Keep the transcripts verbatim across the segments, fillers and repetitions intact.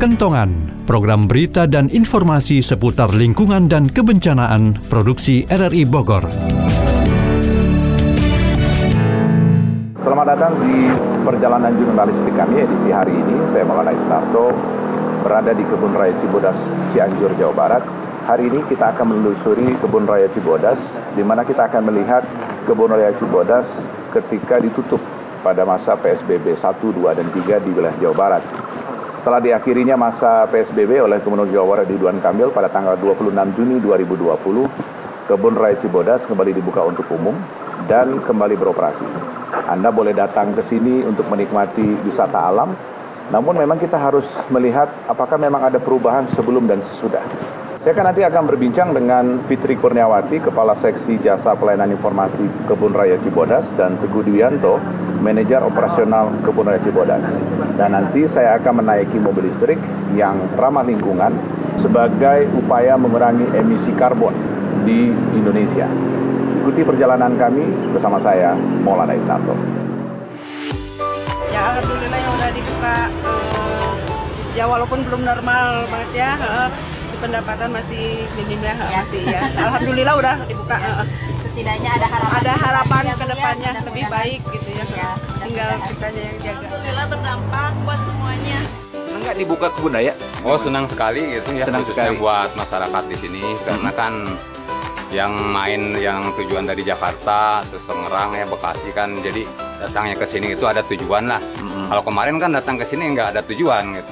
Kentongan, program berita dan informasi seputar lingkungan dan kebencanaan, produksi R R I Bogor. Selamat datang di perjalanan jurnalistik kami edisi hari ini. Saya Maulana Isnarto, berada di Kebun Raya Cibodas, Cianjur, Jawa Barat. Hari ini kita akan menelusuri Kebun Raya Cibodas, di mana kita akan melihat Kebun Raya Cibodas ketika ditutup pada masa P S B B satu, dua, dan tiga di wilayah Jawa Barat. Setelah diakhirinya masa P S B B oleh Gubernur Jawa Barat Ridwan Kamil pada tanggal dua puluh enam Juni dua ribu dua puluh, Kebun Raya Cibodas kembali dibuka untuk umum dan kembali beroperasi. Anda boleh datang ke sini untuk menikmati wisata alam, namun memang kita harus melihat apakah memang ada perubahan sebelum dan sesudah. Saya akan nanti akan berbincang dengan Fitri Kurniawati, Kepala Seksi Jasa Pelayanan Informasi Kebun Raya Cibodas, dan Teguh Dwianto, Manajer Operasional Kebun Raya Cibodas. Dan nanti saya akan menaiki mobil listrik yang ramah lingkungan sebagai upaya mengurangi emisi karbon di Indonesia. Ikuti perjalanan kami bersama saya, Maulana Isnarto. Ya, alhamdulillah yang udah dibuka, uh, ya walaupun belum normal banget ya, uh, pendapatan masih minim ya, uh, masih ya. Alhamdulillah udah dibuka. Uh, Setidaknya ada harapan. Ada harapan ya, ke depannya ya, lebih baik gitu ya. ya Tinggal kitanya yang jaga. Alhamdulillah berdampak buat semuanya. Enggak dibuka kebun raya? Oh, senang sekali gitu ya, senang khususnya sekali buat masyarakat di sini hmm. karena kan yang main yang tujuan dari Jakarta terus Tangerang ya Bekasi kan, jadi datangnya ke sini itu ada tujuan lah. Hmm. Kalau kemarin kan datang ke sini nggak ada tujuan gitu.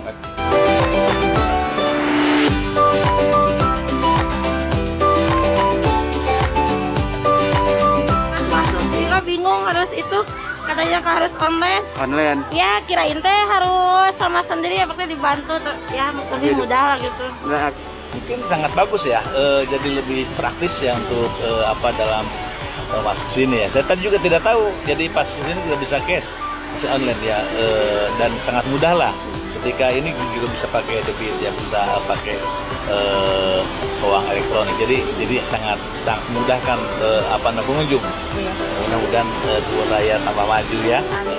Masuk bingung harus itu katanya harus online. Online. Ya kirain teh harus sama sendiri ya, pakai dibantu tuh. Ya lebih mudah lah gitu. Nah, mungkin sangat bagus ya, e, jadi lebih praktis ya untuk e, apa dalam e, masuk sini ya. Saya tadi juga tidak tahu, jadi pas sini tidak bisa cash, bisa online ya, e, dan sangat mudah lah. Ketika ini juga bisa pakai debit ya, bisa pakai e, uang elektronik. Jadi jadi sangat sangat mudah kan e, apa namanya pengunjung. Iya. Mudah-mudahan e, Kebun Raya tambah maju ya. Amin.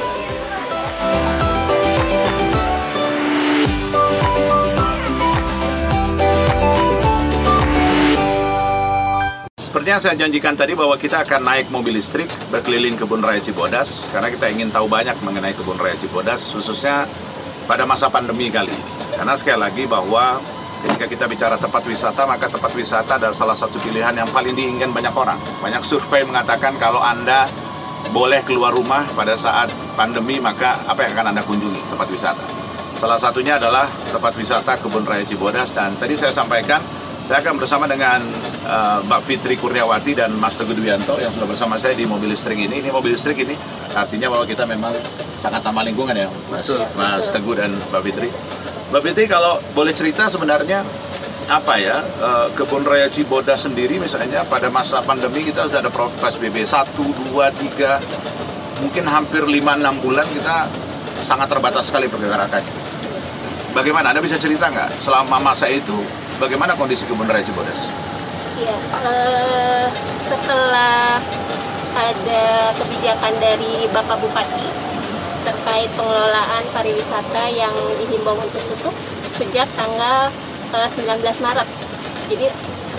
Seperti yang saya janjikan tadi bahwa kita akan naik mobil listrik berkeliling Kebun Raya Cibodas karena kita ingin tahu banyak mengenai Kebun Raya Cibodas, khususnya pada masa pandemi kali ini. Karena sekali lagi bahwa ketika kita bicara tempat wisata, maka tempat wisata adalah salah satu pilihan yang paling diinginkan banyak orang. Banyak survei mengatakan kalau Anda boleh keluar rumah pada saat pandemi, maka apa yang akan Anda kunjungi? Tempat wisata. Salah satunya adalah tempat wisata Kebun Raya Cibodas, dan tadi saya sampaikan saya akan bersama dengan uh, Mbak Fitri Kurniawati dan Mas Teguh Dwianto yang sudah bersama saya di mobil listrik ini. Ini mobil listrik ini artinya bahwa kita memang sangat ramah lingkungan ya, Mas, Mas Teguh dan Mbak Fitri. Mbak Fitri, kalau boleh cerita sebenarnya apa ya, uh, Kebun Raya Cibodas sendiri misalnya pada masa pandemi kita sudah ada P S B B satu, dua, tiga, mungkin hampir lima enam bulan kita sangat terbatas sekali pergerakannya. Bagaimana, Anda bisa cerita nggak selama masa itu bagaimana kondisi Kebun Raya Cibodas? Iya, uh, setelah ada kebijakan dari Bapak Bupati terkait pengelolaan pariwisata yang dihimbau untuk tutup sejak tanggal uh, sembilan belas Maret. Jadi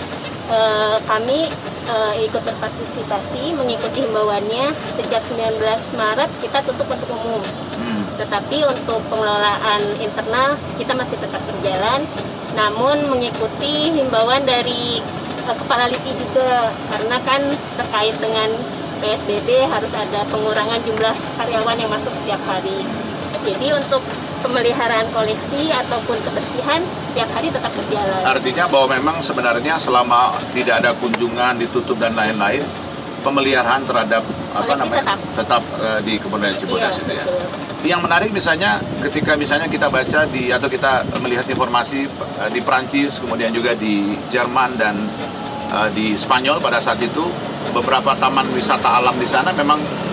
uh, kami uh, ikut berpartisipasi mengikuti himbauannya sejak sembilan belas Maret kita tutup untuk umum. Hmm. Tetapi untuk pengelolaan internal kita masih tetap berjalan. Namun mengikuti himbauan dari uh, Kepala L I P I juga, karena kan terkait dengan P S B B harus ada pengurangan jumlah karyawan yang masuk setiap hari. Jadi untuk pemeliharaan koleksi ataupun kebersihan setiap hari tetap berjalan. Artinya bahwa memang sebenarnya selama tidak ada kunjungan, ditutup dan lain-lain, pemeliharaan terhadap apa koleksi namanya tetap, tetap uh, di Kebun Raya Cibodas iya, itu ya. betul. Yang menarik misalnya ketika misalnya kita baca di atau kita melihat informasi uh, di Prancis, kemudian juga di Jerman dan uh, di Spanyol pada saat itu beberapa taman wisata alam di sana memang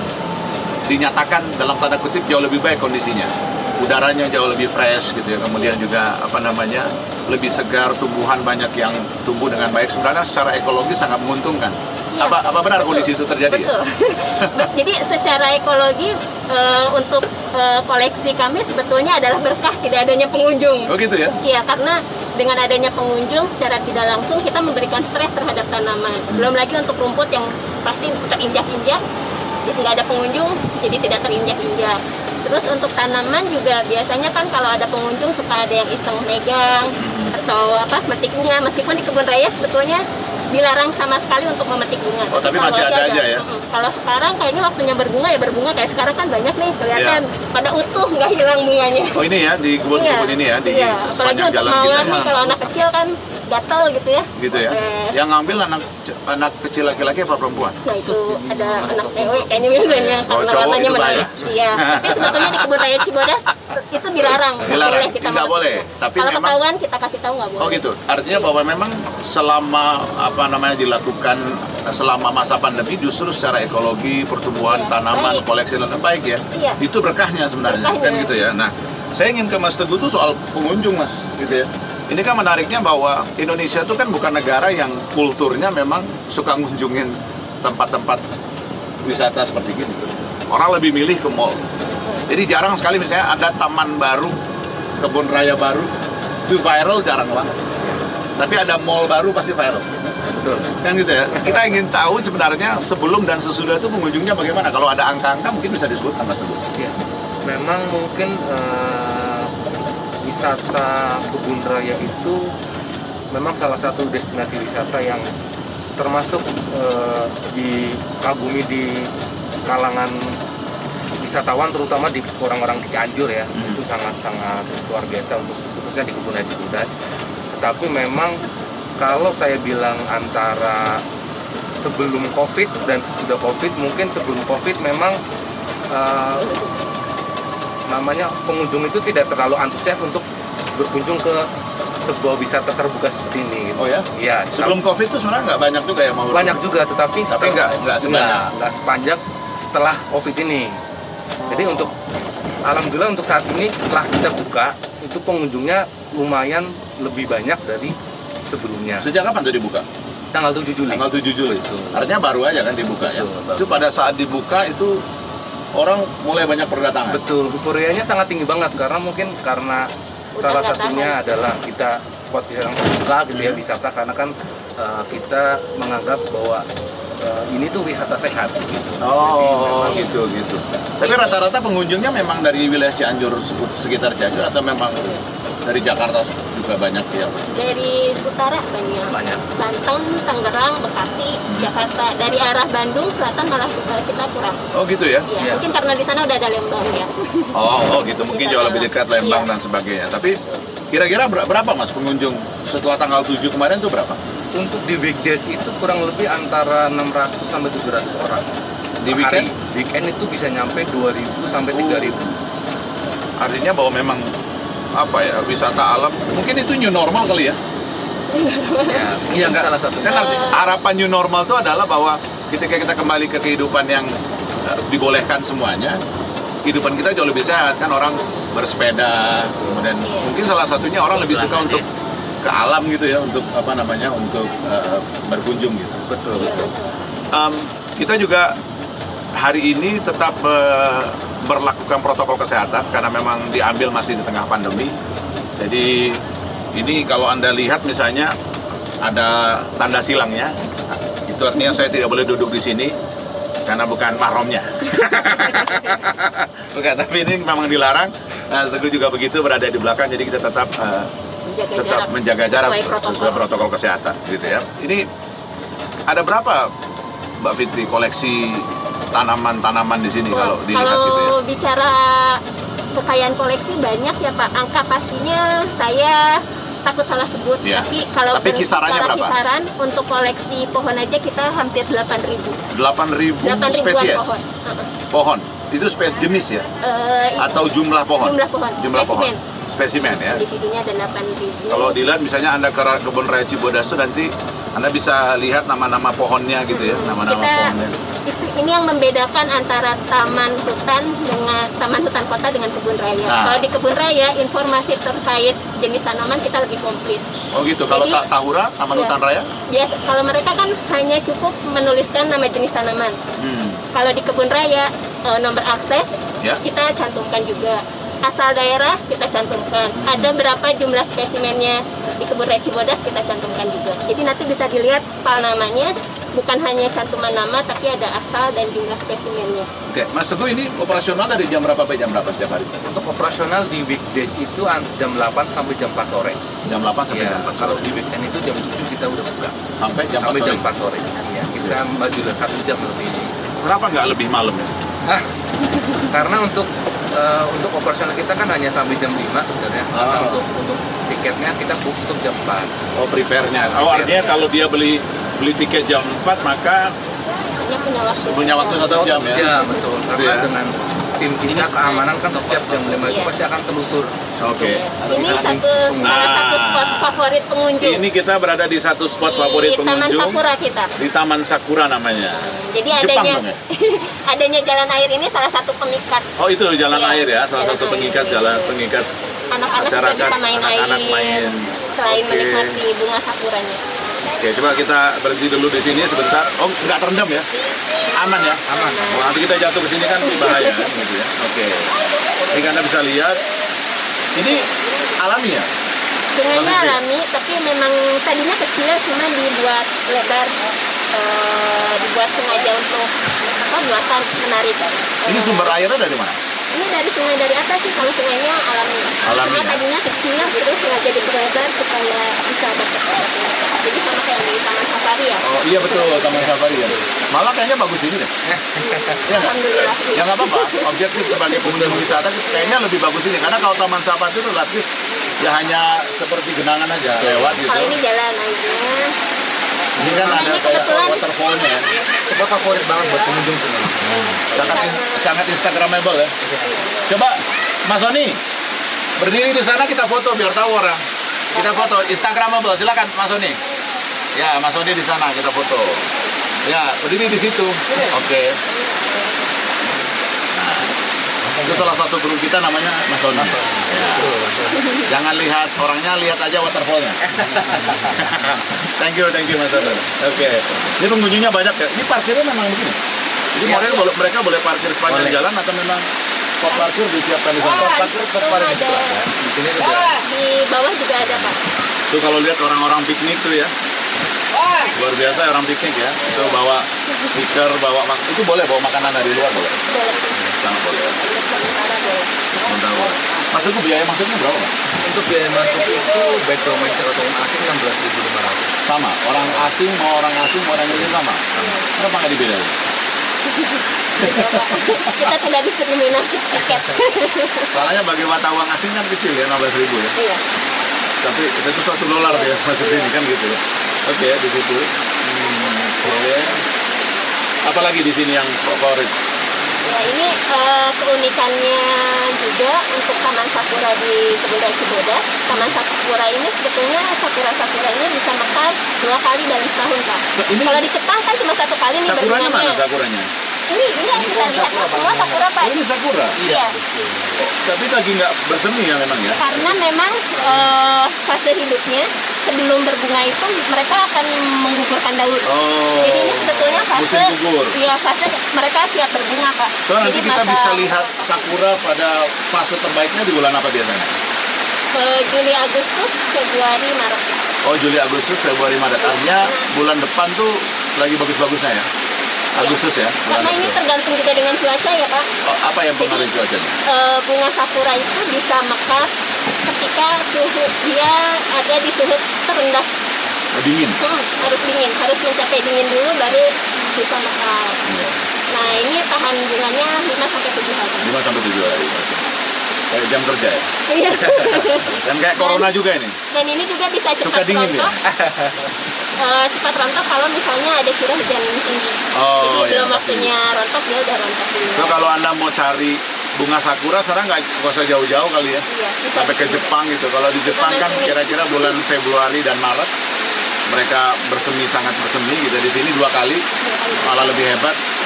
dinyatakan dalam tanda kutip jauh lebih baik kondisinya. Udaranya jauh lebih fresh gitu ya. Kemudian juga apa namanya lebih segar, tumbuhan banyak yang tumbuh dengan baik. Sebenarnya secara ekologis sangat menguntungkan. Iya. Apa apa benar kondisi itu terjadi? Betul. Jadi secara ekologi uh, untuk uh, koleksi kami sebetulnya adalah berkah tidak adanya pengunjung. Oh gitu ya? Iya, karena dengan adanya pengunjung secara tidak langsung kita memberikan stres terhadap tanaman. Belum lagi untuk rumput yang pasti terinjak-injak, nggak ada pengunjung jadi tidak terinjak-injak. Terus untuk tanaman juga biasanya kan kalau ada pengunjung suka ada yang iseng megang atau apa metik bunga, meskipun di kebun raya sebetulnya dilarang sama sekali untuk memetik bunga. Oh, tapi masih ada aja ya? Mm-mm. Kalau sekarang kayaknya waktunya berbunga ya berbunga, kayak sekarang kan banyak nih kelihatan Iya. pada utuh nggak hilang bunganya. Oh ini ya di kebun-kebun ini ya di Iya, apalagi sepanjang untuk jalan mawar kita. nih kalau anak kecil kan gatel gitu ya. Gitu ya. Eh, Yang ngambil anak anak kecil laki-laki apa perempuan? Nah itu ada anak cewek kayaknya biasanya Kalau karena cowok warnanya itu bahaya. menarik. Iya, tapi sebetulnya di kebun raya Cibodas itu dilarang. Nggak Dilarang, boleh kita nggak mau- boleh. Tapi kalau memang- ketahuan kita kasih tahu nggak boleh. Oh gitu. Artinya bahwa memang selama apa namanya dilakukan selama masa pandemi justru secara ekologi, pertumbuhan Iya, tanaman, baik. koleksi dan baik ya. Iya. Itu berkahnya sebenarnya Berkahnya. kan gitu ya. Nah, saya ingin ke Mas Teguh tuh soal pengunjung Mas gitu ya. Ini kan menariknya bahwa Indonesia itu kan bukan negara yang kulturnya memang suka ngunjungin tempat-tempat wisata seperti gini. Orang lebih milih ke mall. Jadi jarang sekali misalnya ada taman baru, kebun raya baru, itu viral jarang banget. Tapi ada mall baru pasti viral. Betul. Kan gitu ya. Kita ingin tahu sebenarnya sebelum dan sesudah itu pengunjungnya bagaimana. Kalau ada angka-angka mungkin bisa disebutkan Mas Teguh. Ya, memang mungkin eh, wisata kebun raya itu memang salah satu destinasi wisata yang termasuk eh, dikagumi di kalangan wisatawan, terutama di orang-orang di Cianjur ya. Hmm. Itu sangat-sangat luar biasa untuk khususnya di kebun raya Cibodas. Tetapi memang kalau saya bilang antara sebelum Covid dan sesudah Covid, mungkin sebelum Covid memang eh, namanya pengunjung itu tidak terlalu antusias untuk berkunjung ke sebuah wisata terbuka seperti ini. Gitu. Oh ya? Iya. Sebelum Covid itu sebenarnya nggak banyak juga yang mau berkunjung. Banyak juga, tetapi Tapi setelah- nggak- nggak sebanyak. nggak- nggak sepanjang setelah Covid ini. Jadi untuk alhamdulillah untuk saat ini setelah kita buka itu pengunjungnya lumayan lebih banyak dari sebelumnya. Sejak kapan tuh dibuka? Tanggal tujuh Juli. Tanggal tujuh Juli. Betul. Artinya baru aja kan dibuka ya. Betul, baru. Itu pada saat dibuka itu orang mulai banyak berdatangan. Betul, euforianya sangat tinggi banget karena mungkin karena Udah salah nggak satunya tahan. adalah kita spot yang terbuka gitu ya, wisata, karena kan eh, kita menganggap bahwa eh, ini tuh wisata sehat gitu. Oh, gitu gitu. Tapi rata-rata pengunjungnya memang dari wilayah Cianjur sekitar Cianjur atau memang dari Jakarta juga banyak ya? Dari utara banyak. Banyak. Banten, Tangerang, Bekasi, Jakarta. Dari arah Bandung selatan malah eh, kita kurang. Oh gitu ya? Ya, Iya. mungkin karena di sana udah ada Lembang ya. Oh, oh gitu. Mungkin jauh lebih dekat Lembang Iya. dan sebagainya. Tapi kira-kira ber- berapa Mas pengunjung setelah tanggal tujuh kemarin tuh berapa? Untuk di weekdays itu kurang lebih antara enam ratus sampai tujuh ratus orang. Di Per weekend? hari. Weekend itu bisa nyampe dua ribu sampai tiga ribu. Artinya bahwa memang apa ya wisata alam mungkin itu new normal kali ya? Ya, iya Enggak. salah satu. Kan arti, harapan new normal itu adalah bahwa ketika kita kembali ke kehidupan yang eh, dibolehkan semuanya, kehidupan kita jauh lebih sehat kan, orang bersepeda, kemudian mungkin salah satunya orang lebih suka untuk ke alam gitu ya, untuk apa namanya, untuk eh, berkunjung gitu. Betul. Em, kita juga hari ini tetap eh, berlakukan protokol kesehatan karena memang diambil masih di tengah pandemi. Jadi ini kalau Anda lihat misalnya ada tanda silangnya, itu artinya saya tidak boleh duduk di sini karena bukan mahramnya. Bukan, tapi ini memang dilarang. Nah, Teguh juga begitu berada di belakang, jadi kita tetap eh, Menjaga tetap jarak. menjaga jarak Sesuai protokol. sesuai protokol kesehatan gitu ya. Ini ada berapa Mbak Fitri koleksi tanaman-tanaman di sini kalau dilihat Kalau gitu ya? bicara kekayaan koleksi banyak ya Pak. Angka pastinya saya takut salah sebut. Iya. Tapi kalau Tapi kisarannya secara berapa? kisaran untuk koleksi pohon aja kita hampir delapan ribu. delapan ribu delapan ribuan spesies pohon. Uh-uh. pohon. Itu spesies jenis ya? Eh, Atau jumlah pohon? Jumlah pohon. Jumlah pohon. Spesimen. Spesimen ya. Individunya ada delapan ribu. Kalau dilihat misalnya Anda ke kebun raya Cibodas itu nanti Anda bisa lihat nama-nama pohonnya gitu ya, nama-nama kita pohonnya. itu ini yang membedakan antara taman hutan dengan taman hutan kota dengan kebun raya. Nah. Kalau di kebun raya, informasi terkait jenis tanaman kita lebih komplit. Oh gitu. Kalau Jadi, tak Tahura, Taman iya. Hutan Raya? Biasa, kalau mereka kan hanya cukup menuliskan nama jenis tanaman. Hmm. Kalau di kebun raya, eh, nomor akses Ya. kita cantumkan juga. Asal daerah kita cantumkan. Ada berapa jumlah spesimennya di kebun raya Cibodas kita cantumkan juga. Jadi nanti bisa dilihat file namanya, bukan hanya cantuman nama, tapi ada asal dan jumlah spesimennya. Oke, Mas Teguh ini operasional dari jam berapa sampai jam berapa setiap hari? Untuk operasional di weekdays itu an- jam delapan sampai jam empat sore. Jam delapan sampai Iya, jam empat. kalau di weekend itu jam tujuh kita udah buka. Sampai jam Sampai empat jam sore. empat sore. Iya, kita maju lah satu jam lebih. Kenapa nggak lebih malam ya? Ah, karena untuk eh, untuk operasional kita kan hanya sampai jam lima sebenarnya. Karena Oh. untuk untuk tiketnya kita book untuk jam empat. Oh, prepare-nya. Oh, artinya kalau dia beli beli tiket jam empat maka Hanya punya waktu. punya waktu satu jam ya? Ya, betul. Karena Iya. dengan tim kita keamanan kan setiap jam lima itu Iya. pasti akan telusur. Oke. Ini satu salah satu spot favorit pengunjung. Ini kita berada di satu spot favorit di Taman pengunjung. Sakura kita. Di Taman Sakura namanya. Jadi Jepang adanya dong ya? adanya jalan air ini salah satu pengikat. Oh, itu jalan Iya, air ya, salah jalan satu air. pengikat jalan pengikat Anak-anak juga masyarakat, bisa main anak-anak air main. selain Oke. menikmati bunga sakuranya. Oke, coba kita berhenti dulu di sini sebentar. Oh, nggak terendam ya? Aman ya? Aman. Oh, nanti kita jatuh ke sini kan bahaya kan, gitu ya. Oke. Ini Anda bisa lihat. Ini alami ya? Sungainya Maksudnya? alami, tapi memang tadinya kecil, cuma dibuat lebar, eh, dibuat sengaja untuk apa buatan menarik. Ini sumber airnya dari mana? Ini dari sungai dari atas sih, kalau sungainya alami. Alami, Cuma ya? tadinya kecil, terus sengaja diperlebar supaya bisa dapat airnya. Jadi sama kayak di Taman Safari ya. Oh iya betul, Taman Safari ya. Malah kayaknya bagus ini deh. Ya nggak? Alhamdulillah. Ya nggak apa-apa. Objektif sebagai pengunjung wisata kayaknya lebih bagus ini. Karena kalau Taman Safari itu relatif ya hanya seperti genangan aja lewat gitu. Kalau ini jalan aja. Ini kan ada Ini kayak kebetulan- waterfallnya ya. Coba favorit banget buat pengunjung semua. Sangat sangat instagramable ya. Coba Mas Sony berdiri di sana kita foto biar tahu orang. Kita foto instagramable, silakan Mas Sony. Ya Mas Sony di sana kita foto. Ya berdiri di situ. Oke. Nah, itu salah satu kru kita namanya Mas Sony. Ya. Jangan lihat orangnya, lihat aja waterfallnya. Thank you, thank you Mas Sony. Oke. Ini pengunjungnya banyak ya. Ini parkirnya memang begini. Jadi Ya, mereka boleh mereka boleh parkir sepanjang Boleh. jalan atau memang spot parkir disiapkan di sana. Oh, Parkir itu spot parkir ada. ya. Di sini juga. Di bawah juga ada Pak. Tuh kalau lihat orang-orang piknik tuh ya. Luar biasa orang piknik ya. Itu bawa speaker, bawa mak itu boleh bawa makanan dari luar boleh. Boleh. Sangat boleh. Untuk sementara boleh. Sementara boleh. Maksudku biaya masuknya berapa, Pak? Untuk biaya masuk itu baik domestik atau asing enam belas ribu lima ratus. Sama. Orang asing mau orang asing mau orang Indonesia sama. Kenapa nggak dibedain? Kita tidak diskriminasi tiket. Soalnya bagi mata uang asing kan kecil ya enam belas ribu ya. Iya. Tapi itu satu dolar ya masuk sini kan gitu ya. Oke di situ. Hmm, Oke. Apalagi di sini yang favorit? Ya ini eh, keunikannya juga untuk Taman Sakura di Kebun Raya Cibodas. Taman Sakura ini sebetulnya sakura-sakura ini bisa mekar dua kali dalam setahun Pak. Ini Kalau di Jepang kan cuma satu kali nih sakuranya mana berbunganya. sakuranya? Ini ini yang kita lihat semua sakura Pak. Oh, ini sakura. Iya. Tapi lagi nggak bersemi ya memang ya. Karena memang eh, fase hidupnya sebelum berbunga itu mereka akan menggugurkan daun. Oh. Jadi ini sebetulnya fase musim gugur. iya fase mereka siap berbunga Pak. So nanti Jadi kita masa- bisa lihat sakura pada fase terbaiknya di bulan apa biasanya? Eh, Juli, Agustus, Februari, Maret. Oh Juli, Agustus, Februari, Maret. Artinya bulan depan tuh lagi bagus-bagusnya ya? Agustus ya? bulan Karena ini Agustus. tergantung juga dengan cuaca ya Pak. Oh, apa yang pengaruh cuacanya? Eh, bunga sakura itu bisa mekar ketika suhu dia ada di suhu terendah. Oh, dingin. Hmm, harus dingin, harus mencapai dingin dulu baru bisa mekar. Iya. Nah ini tahan bunganya lima sampai tujuh hari. lima sampai tujuh hari. Kayak jam kerja ya? Iya. Dan kayak corona juga ini? Dan ini juga bisa Suka cepat dingin ya? rontok. Eh, cepat rontok kalau misalnya ada curah hujan tinggi. Oh, Jadi iya, belum waktunya rontok dia udah rontok dulu. So kalau Anda mau cari bunga sakura sekarang nggak nggak usah jauh-jauh kali ya? Iya, bisa Sampai ke di sini. Jepang gitu. Kalau di Jepang kan kira-kira bulan Februari dan Maret mereka bersemi sangat bersemi gitu. Di sini dua kali malah lebih hebat.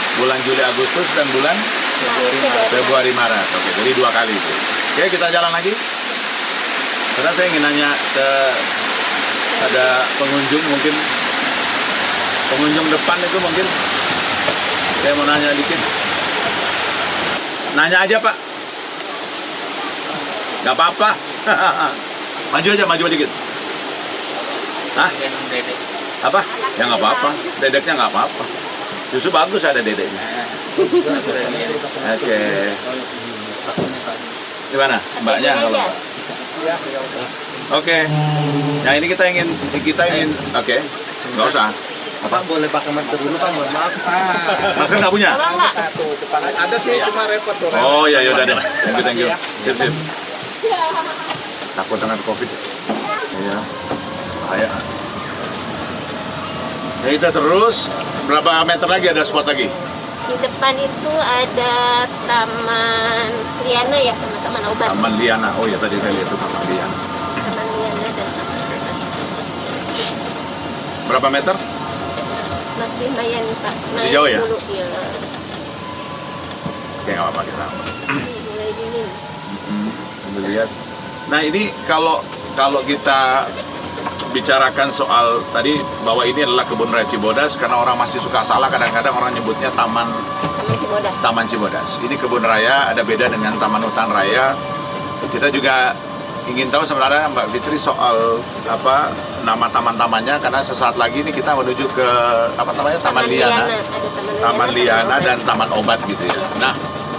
bulan Juli Agustus dan bulan Februari Maret. Oke, jadi dua kali itu. Oke, kita jalan lagi. Karena saya ingin nanya ke ada pengunjung mungkin pengunjung depan itu mungkin saya mau nanya dikit. Nanya aja Pak. Gak apa-apa. Maju aja, maju dikit. Hah? Apa? Ya nggak apa-apa. Dedeknya nggak apa-apa. Justru bagus ada dedeknya. Oke. Gimana? Mbaknya kalau Oke. Nah ini kita ingin kita ingin oke. Nggak usah. Pak boleh pakai masker dulu Pak, mohon maaf. Masker nggak punya? Ada sih, cuma repot tuh. Oh iya ya udah deh. Thank you, thank you. Sip sip. Takut dengan COVID. Iya. Bahaya. Ya kita terus berapa meter lagi ada spot lagi? Di depan itu ada Taman Liana ya sama Taman Obat. Taman Liana. Oh ya tadi saya lihat itu Taman Liana. Taman Liana dan Taman Obat. Berapa meter? Masih lumayan Pak. Masih jauh ya? Dulu, ya. Oke nggak apa-apa kita. Mulai dingin. Hmm, kita lihat. Nah ini kalau kalau kita bicarakan soal tadi bahwa ini adalah kebun raya Cibodas karena orang masih suka salah kadang-kadang orang nyebutnya taman Taman Cibodas. Taman Cibodas. Ini kebun raya ada beda dengan taman hutan raya. Kita juga ingin tahu sebenarnya Mbak Fitri soal apa nama taman-tamannya karena sesaat lagi ini kita menuju ke apa namanya Taman, Taman Liana, Liana. Ada Taman Liana, Taman Liana Taman dan Taman Obat gitu ya. Nah,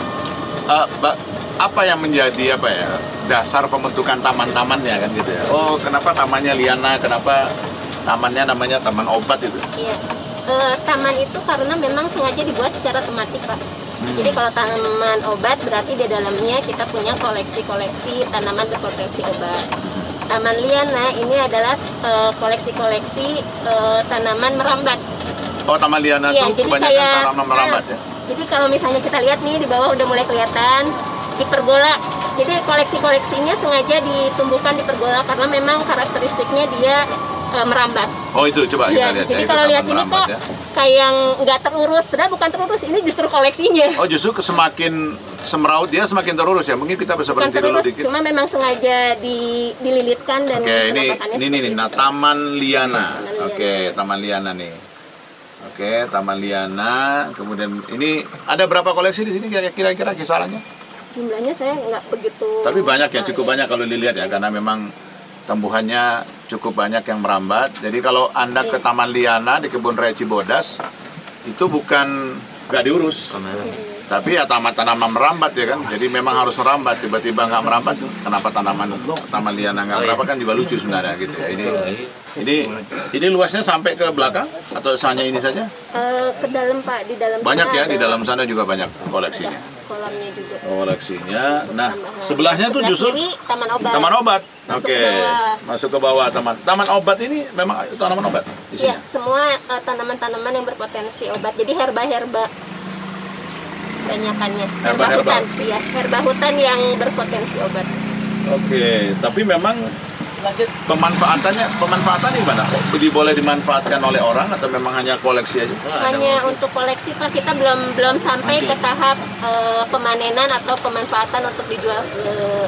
uh, Mbak, apa yang menjadi apa ya dasar pembentukan taman-tamannya kan gitu ya? Oh, kenapa tamannya Liana? Kenapa tamannya namanya Taman Obat itu? Iya, e, taman itu karena memang sengaja dibuat secara tematik Pak. Hmm. Jadi kalau tanaman obat berarti di dalamnya kita punya koleksi-koleksi tanaman berpotensi obat. Taman Liana ini adalah e, koleksi-koleksi e, tanaman merambat. Oh, Taman Liana iya, itu kebanyakan kayak, tanaman merambat nah, ya? Jadi kalau misalnya kita lihat nih di bawah udah mulai kelihatan di pergola. Jadi koleksi-koleksinya sengaja ditumbuhkan di pergola karena memang karakteristiknya dia e, merambat. Oh itu coba ya, kita lihat. Jadi ya, kalau lihat ini kok ya. kayak nggak terurus, padahal bukan terurus, ini justru koleksinya. Oh justru semakin semeraut dia semakin terurus ya. Mungkin kita bisa berhenti dulu dikit. Cuma memang sengaja di, dililitkan dan Oke ini ini nih nah, Taman Liana. Taman Oke Taman Liana nih. Oke Taman Liana. Kemudian ini ada berapa koleksi di sini kira-kira kisarannya? Jumlahnya saya nggak begitu. Tapi banyak ya, cukup banyak kalau dilihat ya, karena memang tumbuhannya cukup banyak yang merambat. Jadi kalau Anda ke Taman Liana di Kebun Raya Cibodas, itu bukan nggak diurus, tapi ya taman tanaman merambat ya kan. Jadi memang harus merambat, tiba-tiba nggak merambat, kenapa tanaman Taman Liana nggak merambat kan juga lucu sebenarnya gitu ya. Ini ini ini luasnya sampai ke belakang atau hanya ini saja? Uh, ke dalam Pak, di dalam banyak sana ya, ada di dalam sana juga banyak koleksinya. Kolamnya juga. Koleksinya. Nah, sebelahnya tuh justru kiri, Taman Obat. Taman Obat. Masuk Oke. ke bawah. Masuk ke bawah taman. Taman Obat ini memang tanaman obat isinya. Iya, semua uh, tanaman-tanaman yang berpotensi obat. Jadi herba-herba banyakannya. Herba, herba hutan, iya, herba hutan yang berpotensi obat. Oke, tapi memang pemanfaatannya pemanfaatannya gimana? Boleh dimanfaatkan oleh orang atau memang hanya koleksi aja? Hanya untuk koleksi Pak, kita belum belum sampai ke tahap uh, pemanenan atau pemanfaatan untuk dijual ke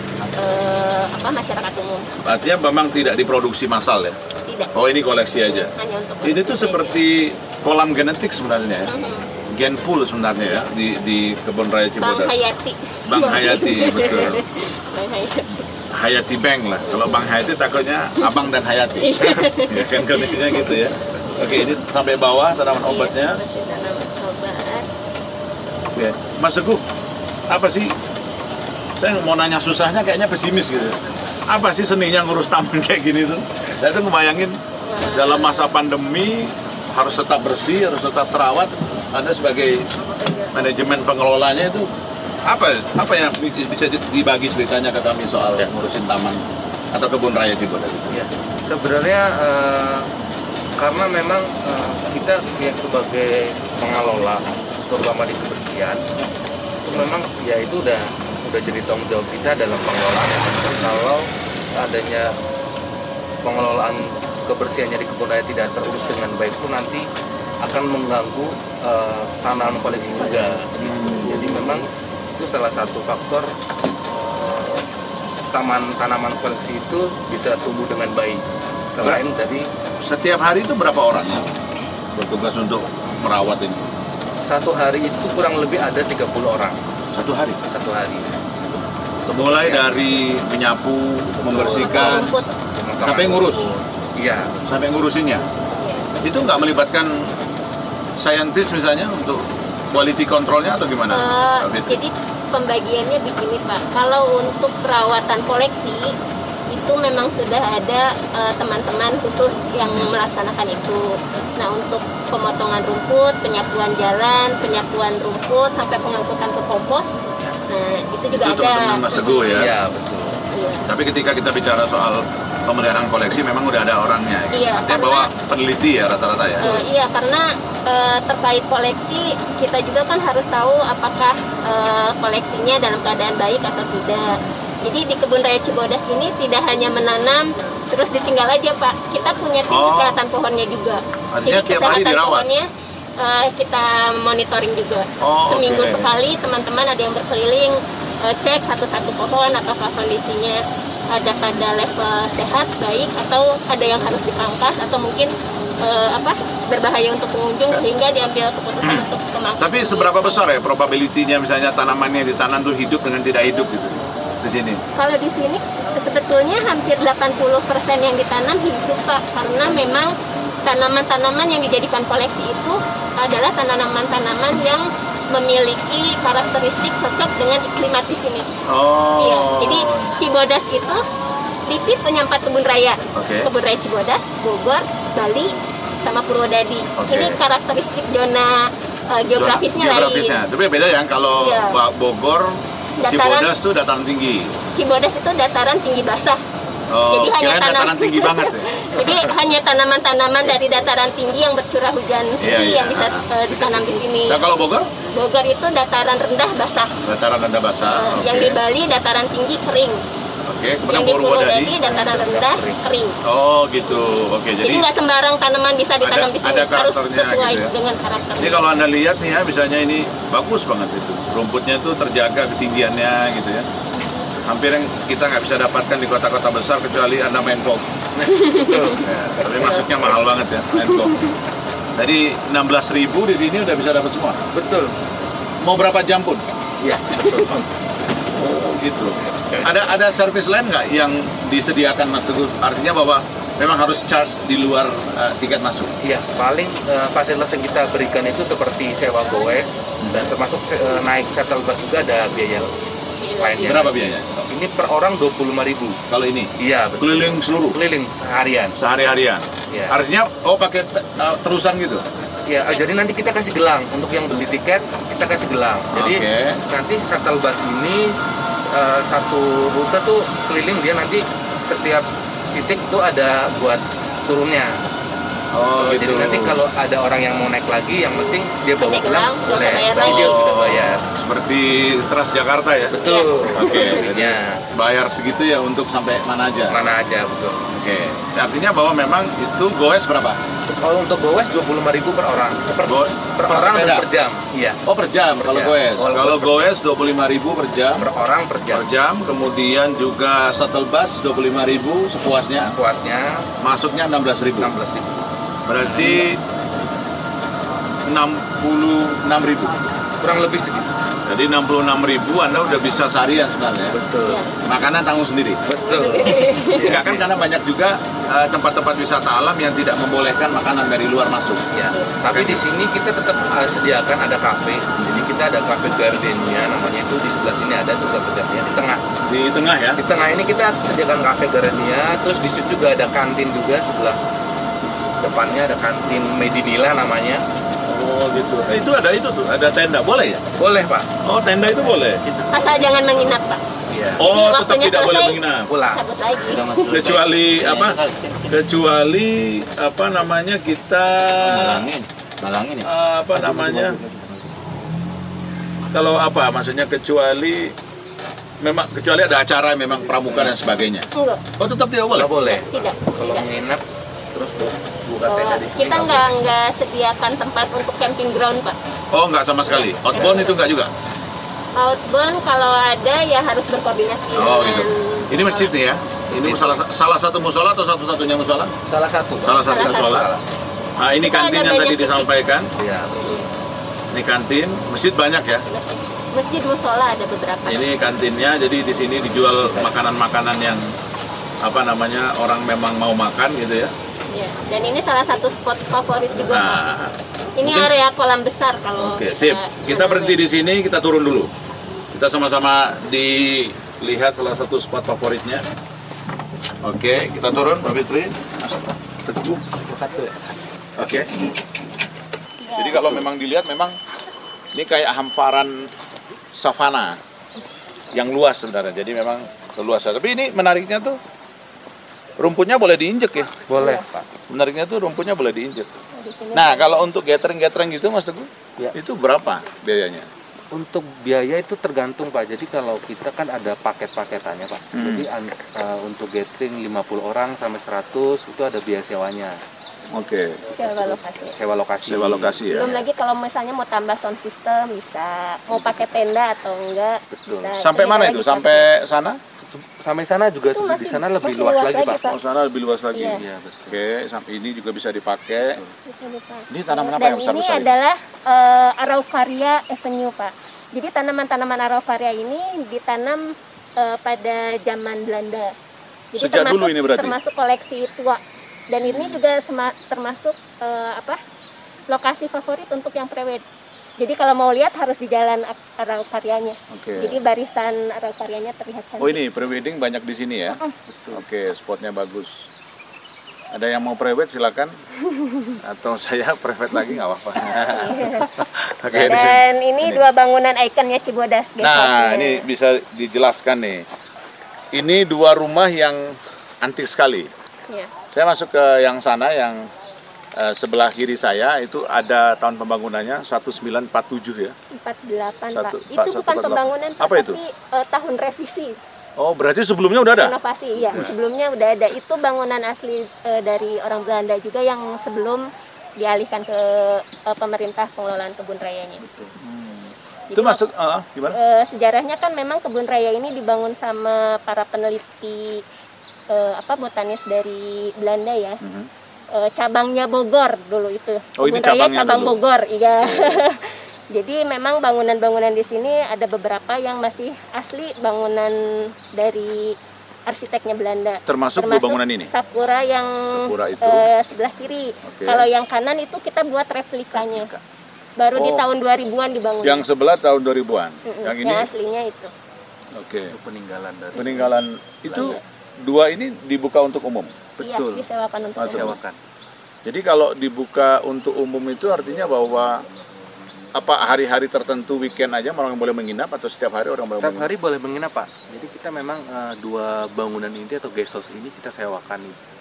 uh, apa masyarakat umum. Artinya memang tidak diproduksi massal ya? Tidak. Oh ini koleksi aja. Hanya untuk ini tuh seperti kolam genetik sebenarnya ya. Mm-hmm. Gen pool sebenarnya ya di di Kebun Raya Cibodas. Bang Hayati. Bang Hayati betul. Bang Hayati. Hayati Bank lah. Kalau Bang Hayati takutnya Abang dan Hayati. Ya kan kondisinya gitu ya. Oke, ini sampai bawah tanaman obatnya. Masih tanaman obat. Oke, Mas Teguh, apa sih? Saya mau nanya susahnya kayaknya pesimis gitu. Apa sih seninya ngurus taman kayak gini tuh? Saya tuh ngebayangin dalam masa pandemi harus tetap bersih, harus tetap terawat. Anda sebagai manajemen pengelolanya itu apa apa yang bisa dibagi ceritanya ke kami soal ngurusin taman atau kebun raya Cibodas? Ya, sebenarnya uh, karena memang uh, kita yang sebagai pengelola terutama di kebersihan itu memang ya itu udah udah jadi tanggung jawab kita dalam pengelolaan. Kalau adanya pengelolaan kebersihannya di kebun raya tidak terurus dengan baik itu nanti akan mengganggu uh, tanaman koleksi juga. Jadi memang itu salah satu faktor uh, taman tanaman koleksi itu bisa tumbuh dengan baik. Selain tadi setiap hari itu berapa orang yang bertugas untuk merawat ini? Satu hari itu kurang lebih ada tiga puluh orang. Satu hari? Satu hari. Mulai dari menyapu, membersihkan, sampai ngurus? Iya. Sampai ngurusinnya? Itu nggak melibatkan saintis misalnya untuk quality controlnya atau gimana? Uh, jadi pembagiannya begini Pak, kalau untuk perawatan koleksi itu memang sudah ada uh, teman-teman khusus yang melaksanakan itu. Nah untuk pemotongan rumput, penyapuan jalan, penyapuan rumput sampai pengangkutan ke kompos, nah itu juga itu ada. Teman-teman Mas Teguh ya? Iya betul. Iya. Tapi ketika kita bicara soal pemeliharaan koleksi memang udah ada orangnya. Gitu. Iya, Artinya bahwa peneliti ya rata-rata ya. Uh, iya karena uh, terkait koleksi kita juga kan harus tahu apakah uh, koleksinya dalam keadaan baik atau tidak. Jadi di Kebun Raya Cibodas ini tidak hanya menanam terus ditinggal aja Pak. Kita punya tim Oh. kesehatan pohonnya juga. Artinya Jadi tiap hari kesehatan dirawat? pohonnya uh, kita monitoring juga. Oh, Seminggu oke. sekali teman-teman ada yang berkeliling uh, cek satu-satu pohon apakah kondisinya ada pada level sehat, baik, atau ada yang harus dipangkas atau mungkin eh, apa berbahaya untuk pengunjung sehingga diambil keputusan untuk pemangkasan. Tapi seberapa besar ya probability-nya misalnya tanamannya yang ditanam tuh hidup dengan tidak hidup gitu di sini? Kalau di sini sebetulnya hampir delapan puluh persen yang ditanam hidup Pak, karena memang tanaman-tanaman yang dijadikan koleksi itu adalah tanaman-tanaman yang memiliki karakteristik cocok dengan iklimat di sini. Oh. Iya, jadi Cibodas itu T I P I punya empat kebun raya, Oke. Kebun Raya Cibodas, Bogor, Bali, sama Purwodadi. Oke. Ini karakteristik zona uh, geografisnya Zona- lain. geografisnya. Tapi beda ya kalau Iya. Bogor, Dataran- Cibodas tuh dataran tinggi. Cibodas itu dataran tinggi basah. Oh, Jadi hanya kirain tanam- dataran tinggi banget ya. Jadi hanya tanaman-tanaman dari dataran tinggi yang bercurah hujan Iya, tinggi iya. yang bisa uh, ditanam di sini. Nah kalau Bogor, Bogor itu dataran rendah basah. dataran rendah basah. Uh, Oke. Yang di Bali dataran tinggi kering. Oke, kemudian Yang di Purwodadi. Purwodadi dataran rendah kering. Oh gitu. Oke, Jadi jadi nggak sembarang tanaman bisa ditanam ada- di sini, ada harus karakternya sesuai gitu ya. dengan karakternya. Jadi kalau Anda lihat nih ya, misalnya ini bagus banget itu. Rumputnya tuh terjaga ketinggiannya gitu ya. Hampir yang kita nggak bisa dapatkan di kota-kota besar kecuali Anda main golf. Ya, tapi masuknya mahal banget ya, main golf. Tadi enam belas ribu di sini udah bisa dapat semua. Betul. Mau berapa jam pun? Iya. Oh gitu. Ada ada service lain nggak yang disediakan Mas Teguh? Artinya bahwa memang harus charge di luar uh, tiket masuk. Iya, paling uh, fasilitas yang kita berikan itu seperti sewa goes dan termasuk se- uh, naik shuttle bus juga ada biaya lainnya. Berapa biayanya? Ini per orang dua puluh lima ribu. Kalau ini Iya, betul. keliling seluruh Keliling seharian. sehari-harian. Iya. Artinya oh pakai uh, terusan gitu. Ya, uh, jadi nanti kita kasih gelang untuk yang beli tiket, kita kasih gelang. Jadi Oke. nanti shuttle bus ini uh, satu rute tuh keliling, dia nanti setiap titik tuh ada buat turunnya. Oh, Jadi gitu. nanti kalau ada orang yang mau naik lagi, yang penting dia bawa Pakai gelang, gelang, nggak usah boleh. bayar Jadi dia lagi. sudah bayar. Seperti Transjakarta ya. Betul. Oke, jadi Ya, bayar segitu ya untuk sampai mana aja. mana aja betul. Oke. Artinya bahwa memang itu goes berapa? Kalau untuk goes dua puluh lima ribu per orang. Per, Go- per per orang sepeda? dan per jam. Iya. Oh per jam Per kalau jam. goes. Kalau Kalau per- goes dua puluh lima ribu per jam. Per orang per jam. Per jam, kemudian juga shuttle bus dua puluh lima ribu sepuasnya, Puasnya masuknya enam belas ribu. enam belas ribu. Berarti enam puluh enam ribu. Kurang lebih segitu. Jadi enam puluh enam ribu Anda udah bisa seharian sebenarnya. Betul. Iya. Makanan tanggung sendiri. Betul. Ya kan karena banyak juga eh, tempat-tempat wisata alam yang tidak membolehkan makanan dari luar masuk. Ya. Tapi di sini kita tetap uh, sediakan ada kafe. Jadi kita ada kafe Gardenia namanya, itu di sebelah sini ada tuh kafe Gardenia di tengah. Di tengah ya. Di tengah ini kita sediakan kafe Gardenia, terus di situ juga ada kantin juga sebelah depannya ada kantin Medinila namanya. Oh gitu. Eh, itu ada itu tuh, ada tenda. Boleh ya? Boleh Pak. Oh tenda itu boleh. Asal jangan menginap Pak. Iya. Oh Jadi tetap waktunya tidak boleh selesai. menginap. Pulang. Cabut lagi. Kecuali apa? Kecuali apa namanya kita Balangin ya? eh, apa namanya? Kalau apa? Maksudnya kecuali memang kecuali ada acara memang pramuka dan sebagainya. Enggak, Oh tetap tidak boleh. Nggak boleh. tidak. Kalau tidak. menginap terus dua buka tenda di sini? Kita nggak nggak sediakan tempat untuk camping ground, Pak. Oh, nggak sama sekali. Outbound itu nggak juga? Outbound kalau ada ya harus berkoordinasi. Oh gitu. dengan Ini masjid nih ya? Ini salah salah satu musola atau satu-satunya musola? Salah satu. Salah satu musola. Nah, ini Kita kantin ada yang tadi banyak disampaikan. Iya. Ini kantin, masjid banyak ya. Masjid musola ada beberapa. Ini kantinnya, jadi di sini dijual makanan-makanan yang apa namanya orang memang mau makan gitu ya. Ya. Dan ini salah satu spot favorit juga. Nah, Pak. Ini mungkin- area kolam besar kalau. Oke, sip. Kita berhenti di sini, kita turun dulu. Kita sama-sama dilihat salah satu spot favoritnya. Oke, kita turun, Mbak Fitri. Mas Teguh. Oke. Jadi kalau memang dilihat memang ini kayak hamparan savana yang luas sebenarnya. Jadi memang luas. Tapi ini menariknya tuh rumputnya boleh diinjek ya. Boleh. Menariknya tuh rumputnya boleh diinjek. Nah, kalau untuk gathering-gathering gitu Mas Teguh, Ya. itu berapa biayanya? Untuk biaya itu tergantung Pak. Jadi kalau kita kan ada paket-paketannya Pak. Hmm. Jadi an- uh, untuk gathering lima puluh orang sampai seratus itu ada biaya sewanya. Oke. Sewa lokasi. Sewa lokasi. Sewa lokasi ya. Belum lagi kalau misalnya mau tambah sound system bisa, mau pakai tenda atau enggak. Betul. bisa Sampai terlihat mana lagi itu? konsep. Sampai sana? Sampai sana juga Itu di masih- sana lebih masih luas, luas lagi lagi, Pak. Pak. Oh, sana lebih luas lagi. Iya. Iya, betul. Oke, sampai ini juga bisa dipakai. Bisa dipakai. Ini tanaman apa Dan yang besar-besar ini ini? adalah eh, Araucaria Avenue, Pak. Jadi tanaman-tanaman Araucaria ini ditanam eh, pada zaman Belanda. Jadi Sejak dulu ini berarti? Termasuk koleksi tua. Dan ini juga sema- termasuk eh, apa? Lokasi favorit untuk yang prewed. Jadi kalau mau lihat harus di jalan Araukarianya. Oke. Jadi barisan Araukarianya terlihat cantik. Oh, ini prewedding banyak di sini ya? Oke, spotnya bagus. Ada yang mau private silakan. Atau saya private lagi nggak apa-apa. Oke. di sini. Dan ini dua bangunan ikonnya Cibodas. guys, Nah, house-nya. ini bisa dijelaskan nih. Ini dua rumah yang antik sekali. Ya. Saya masuk ke yang sana, yang eh, sebelah kiri saya itu ada tahun pembangunannya seribu sembilan ratus empat puluh tujuh ya. empat puluh delapan Pak. Satu- Itu Pak, bukan satu empat delapan. pembangunan Pak, Apa itu? tapi eh, tahun revisi. Oh, berarti sebelumnya udah ada? Renovasi, iya. Sebelumnya udah ada. Itu bangunan asli eh, dari orang Belanda juga yang sebelum dialihkan ke eh, pemerintah pengelolaan kebun rayanya. Itu masuk ah, gimana? Eh, sejarahnya kan memang kebun raya ini dibangun sama para peneliti eh, apa botanis dari Belanda ya. Mhm. Eh, cabangnya Bogor dulu itu. Oh, ini Kebun raya cabangnya cabang dulu. Bogor, iya. Jadi memang bangunan-bangunan di sini ada beberapa yang masih asli bangunan dari arsiteknya Belanda. Termasuk dua bangunan ini? Sakura yang Sakura itu. eh, sebelah kiri. Oke. Kalau yang kanan itu kita buat replikanya. Baru di Oh. tahun dua ribuan dibangun. Yang sebelah tahun dua ribuan. Mm-mm, Yang ini yang aslinya itu. oke. Peninggalan dari Peninggalan itu dua ini dibuka untuk umum. Iya, disewakan untuk Masuk. umum. Jadi kalau dibuka untuk umum itu artinya bahwa apa hari-hari tertentu weekend aja orang boleh menginap atau setiap hari orang boleh Setiap menginap? hari boleh menginap Pak. Jadi kita memang uh, dua bangunan ini atau guest house ini kita sewakan.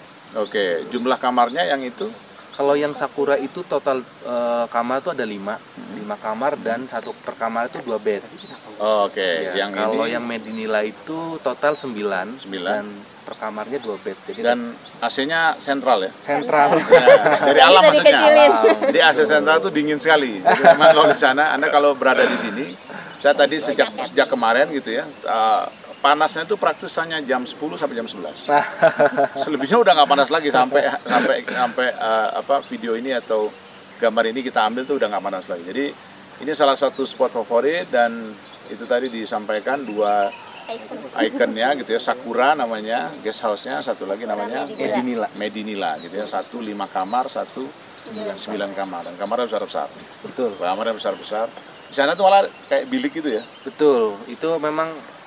Oke, jumlah kamarnya yang itu? Kalau yang Sakura itu total uh, kamar itu ada lima, lima kamar dan satu per kamar itu dua bed. Oh, oke, Ya, yang kalau ini yang Medinila itu total sembilan, Sembilan. dan per kamarnya dua bed. Jadi dan A C-nya sentral ya? sentral. Nah, dari alam Bisa maksudnya. dikecilin. Jadi A C sentral itu dingin sekali. Jadi memang kalau di sana, Anda kalau berada di sini, saya tadi sejak sejak kemarin gitu ya, uh, panasnya itu praktis hanya jam sepuluh sampai jam sebelas. Selebihnya udah nggak panas lagi sampai sampai sampai uh, apa video ini atau gambar ini kita ambil tuh udah nggak panas lagi. Jadi ini salah satu spot favorit dan itu tadi disampaikan dua ikonnya gitu ya, Sakura namanya, guest house-nya, satu lagi namanya Medinila. Medinila gitu ya, satu lima kamar, satu sembilan kamar, dan kamarnya besar-besar. Betul. Kamarnya besar-besar. Di sana tuh malah kayak bilik gitu ya. Betul. Itu memang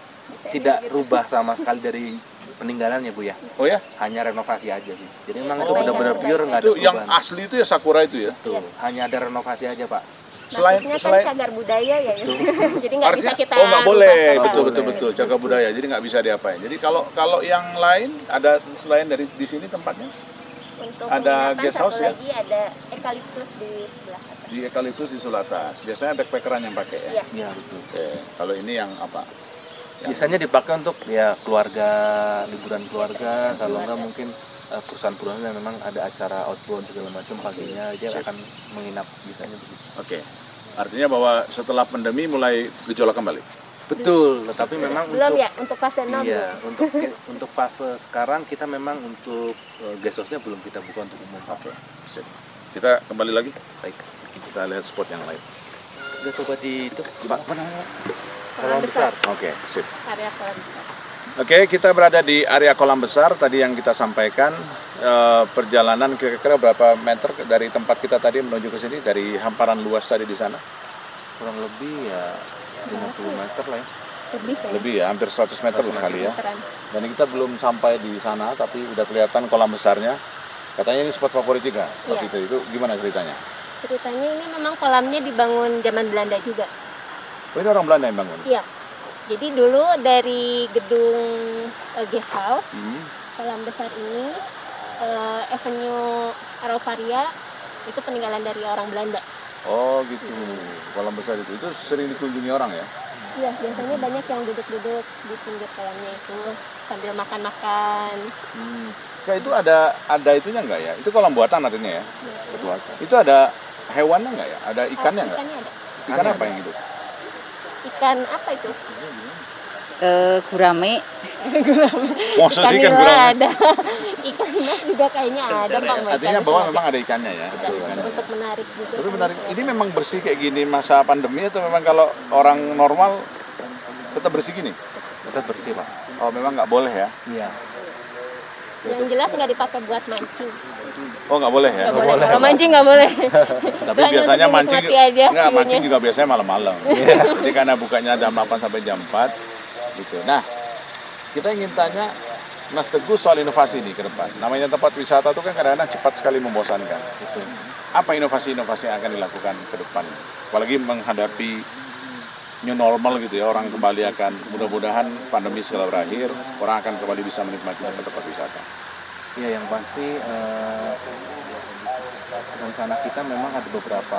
tidak rubah sama sekali dari peninggalannya Bu ya. Oh ya? Hanya renovasi aja sih. Jadi memang itu Oh. benar-benar pure nggak ada Itu yang perubahan. asli itu ya Sakura itu ya. Betul. Hanya ada renovasi aja Pak. Selain Maksudnya selain kan cagar budaya ya. Jadi nggak bisa artinya kita oh nggak boleh, rubah betul total. betul betul jaga budaya. Jadi nggak bisa diapain. Jadi kalau kalau yang lain ada selain dari di sini tempatnya Untuk ada penginapan guest satu house ya? lagi ada eukaliptus di sebelah atas. di Eukaliptus di Sulatas. Biasanya backpackeran yang pakai ya. Iya. Iya betul. Oke. Kalau ini yang apa? Yang Biasanya dipakai untuk ya keluarga, liburan keluarga, kalau enggak mungkin uh, perusahaan-perusahaan yang memang ada acara outbound segala macam paginya dia Siap. akan menginap biasanya begitu. Oke. Artinya bahwa setelah pandemi mulai gejolak kembali. Betul, tetapi memang Belum untuk ya untuk fase nol. iya, untuk untuk fase sekarang kita memang untuk uh, guest house-nya belum kita buka untuk umum. Oke. Sip. Kita kembali lagi. Baik. Kita lihat spot yang lain. Udah coba di itu Pak, apa namanya? Kolam besar. Oke, sip. Area kolam besar. Oke, kita berada di area kolam besar. Tadi yang kita sampaikan eh, perjalanan kira-kira berapa meter dari tempat kita tadi menuju ke sini dari hamparan luas tadi di sana? Kurang lebih ya lima puluh meter lah ya. Lebih ya. Lebih ya, hampir seratus meter lah kali ya. Meteran. Dan kita belum sampai di sana, tapi udah kelihatan kolam besarnya. Katanya ini spot favorit juga. Iya. Waktu itu, itu gimana ceritanya? Ceritanya ini memang kolamnya dibangun zaman Belanda juga. Oh, ini orang Belanda yang bangun? Iya. Jadi dulu dari gedung uh, guest house, Hmm. kolam besar ini, uh, Avenue Araucaria itu peninggalan dari orang Belanda. Oh gitu, kolam besar itu. Itu sering dikunjungi orang ya? Iya, biasanya banyak yang duduk-duduk di pinggir kolamnya itu sambil makan-makan. Hmm. Kayak itu ada ada itunya enggak ya? Itu kolam buatan artinya ya? Ya. Buatan. Itu ada hewannya enggak ya? Ada ikannya Oh, enggak? ikannya ada. Ikan apa yang hidup? Ikan apa itu? Eh, gurame. Masa Ikan sih ikan nila gurame? ada. Ikan mas juga kayaknya ada, Bang. Artinya bahwa memang ada ikannya ya? Ada, untuk menarik juga. Tapi menarik. Ini memang bersih kayak gini masa pandemi atau memang kalau orang normal tetap bersih gini? Tetap bersih Pak. Oh memang nggak boleh ya? Iya. Yang jelas nggak dipakai buat mancing. Oh nggak boleh ya? Nggak boleh. Kalau mancing nggak boleh. Tapi Hanya biasanya untuk mancing menikmati aja nggak view-nya. mancing juga biasanya malam-malam. Jadi karena bukanya jam delapan sampai jam empat gitu. Nah, kita ingin tanya Mas Teguh soal inovasi nih ke depan. Namanya tempat wisata itu kan kadang-kadang cepat sekali membosankan. Gitu. Apa inovasi-inovasi yang akan dilakukan ke depan? Apalagi menghadapi new normal gitu ya, orang kembali akan mudah-mudahan pandemi segera berakhir, orang akan kembali bisa menikmati tempat wisata. Iya, yang pasti eh, rencana kita memang ada beberapa